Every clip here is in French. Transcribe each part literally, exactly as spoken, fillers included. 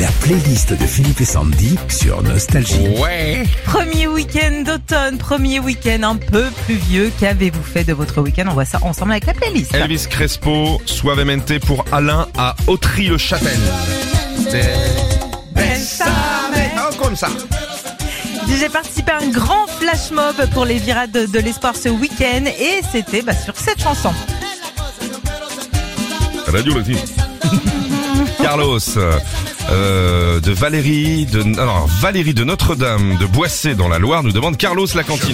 La playlist de Philippe et Sandy sur Nostalgie. Ouais. Premier week-end d'automne, premier week-end un peu pluvieux. Qu'avez-vous fait de votre week-end? On voit ça ensemble avec la playlist. Elvis Crespo, Suavemente pour Alain à Autry-le-Châtel. Oh, comme ça. J'ai participé à un grand flash mob pour les virades de, de l'espoir ce week-end et c'était bah, sur cette chanson. Radio Latine. Carlos, euh, de Valérie, de alors Valérie de Notre-Dame de Boissé dans la Loire nous demande Carlos la cantine.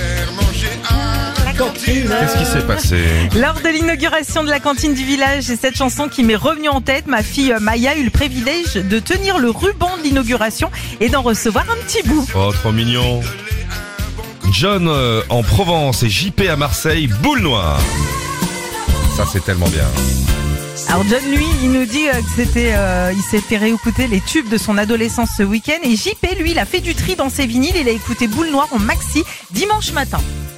Qu'est-ce qui s'est passé? Lors de l'inauguration de la cantine du village, c'est cette chanson qui m'est revenue en tête. Ma fille Maya a eu le privilège de tenir le ruban de l'inauguration et d'en recevoir un petit bout. Oh, trop mignon. John euh, en Provence et J P à Marseille, boule noire. Ça c'est tellement bien. Alors John, lui, il nous dit que c'était, euh, il s'était réécouté les tubes de son adolescence ce week-end. Et J P, lui, il a fait du tri dans ses vinyles. Il a écouté Boule Noire en maxi dimanche matin.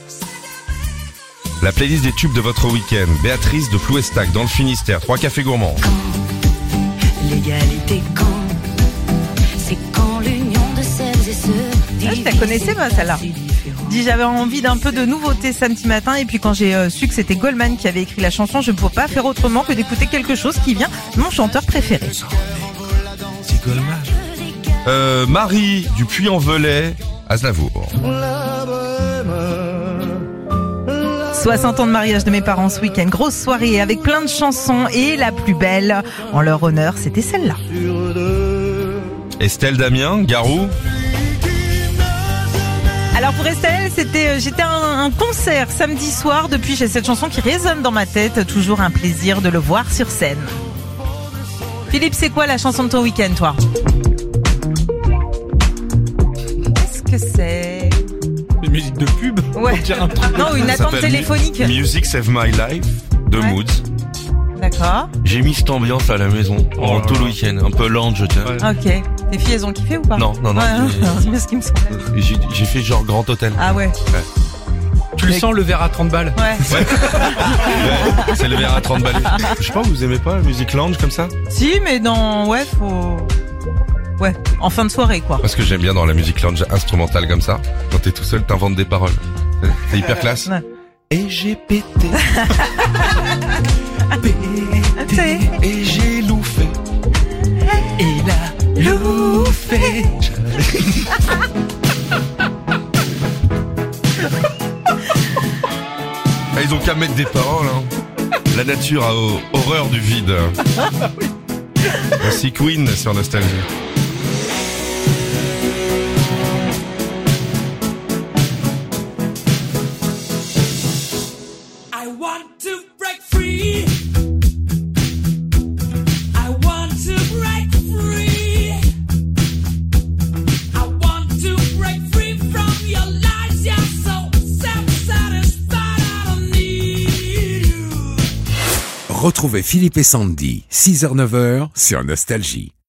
La playlist des tubes de votre week-end. Béatrice de Plouestac dans le Finistère. Trois cafés gourmands. L'égalité quand c'est quand l'union de celles et ceux. Ah, je la connaissais pas celle-là. Dit j'avais envie d'un peu de nouveauté samedi matin et puis quand j'ai euh, su que c'était Goldman qui avait écrit la chanson, je ne pouvais pas faire autrement que d'écouter quelque chose qui vient de mon chanteur préféré. C'est Goldman. Euh, Marie du Puy-en-Velay, Aznavour. soixante ans de mariage de mes parents ce week-end, grosse soirée avec plein de chansons et la plus belle en leur honneur, c'était celle-là. Estelle Damien, Garou. Alors pour Estelle, c'était j'étais à un, un concert samedi soir. Depuis, j'ai cette chanson qui résonne dans ma tête. Toujours un plaisir de le voir sur scène. Philippe, c'est quoi la chanson de ton week-end, toi? Qu'est-ce que c'est? Une musique de pub? Ouais. Un truc non, une attente téléphonique. Music Save My Life de ouais. Moods. D'accord. J'ai mis cette ambiance à la maison pendant oh tout le week-end, un peu lounge, tiens. Ouais. Ok. Tes filles, elles ont kiffé ou pas? Non, non, non. Ouais, c'est bien ce qui me semble. J'ai, j'ai fait genre grand hôtel. Ah ouais. ouais. Tu le sens le verre à trente balles? Ouais. Ouais. ouais. C'est le verre à trente balles. Je sais pas, vous aimez pas la musique lounge comme ça? Si, mais dans, ouais, faut, ouais, en fin de soirée, quoi. Parce que j'aime bien dans la musique lounge instrumentale comme ça. Quand t'es tout seul, t'inventes des paroles. C'est, c'est hyper classe. Ouais. Et j'ai pété. pété. Et j'ai louffé. Et la louffé. Ah, ils ont qu'à mettre des paroles, hein. La nature a horreur du vide. Voici Queen sur Nostalgie. I want to break free. I want to break free. I want to break free from your lies. You're so self-satisfied. I don't need you. Retrouvez Philippe et Sandy, six heures neuf heures sur Nostalgie.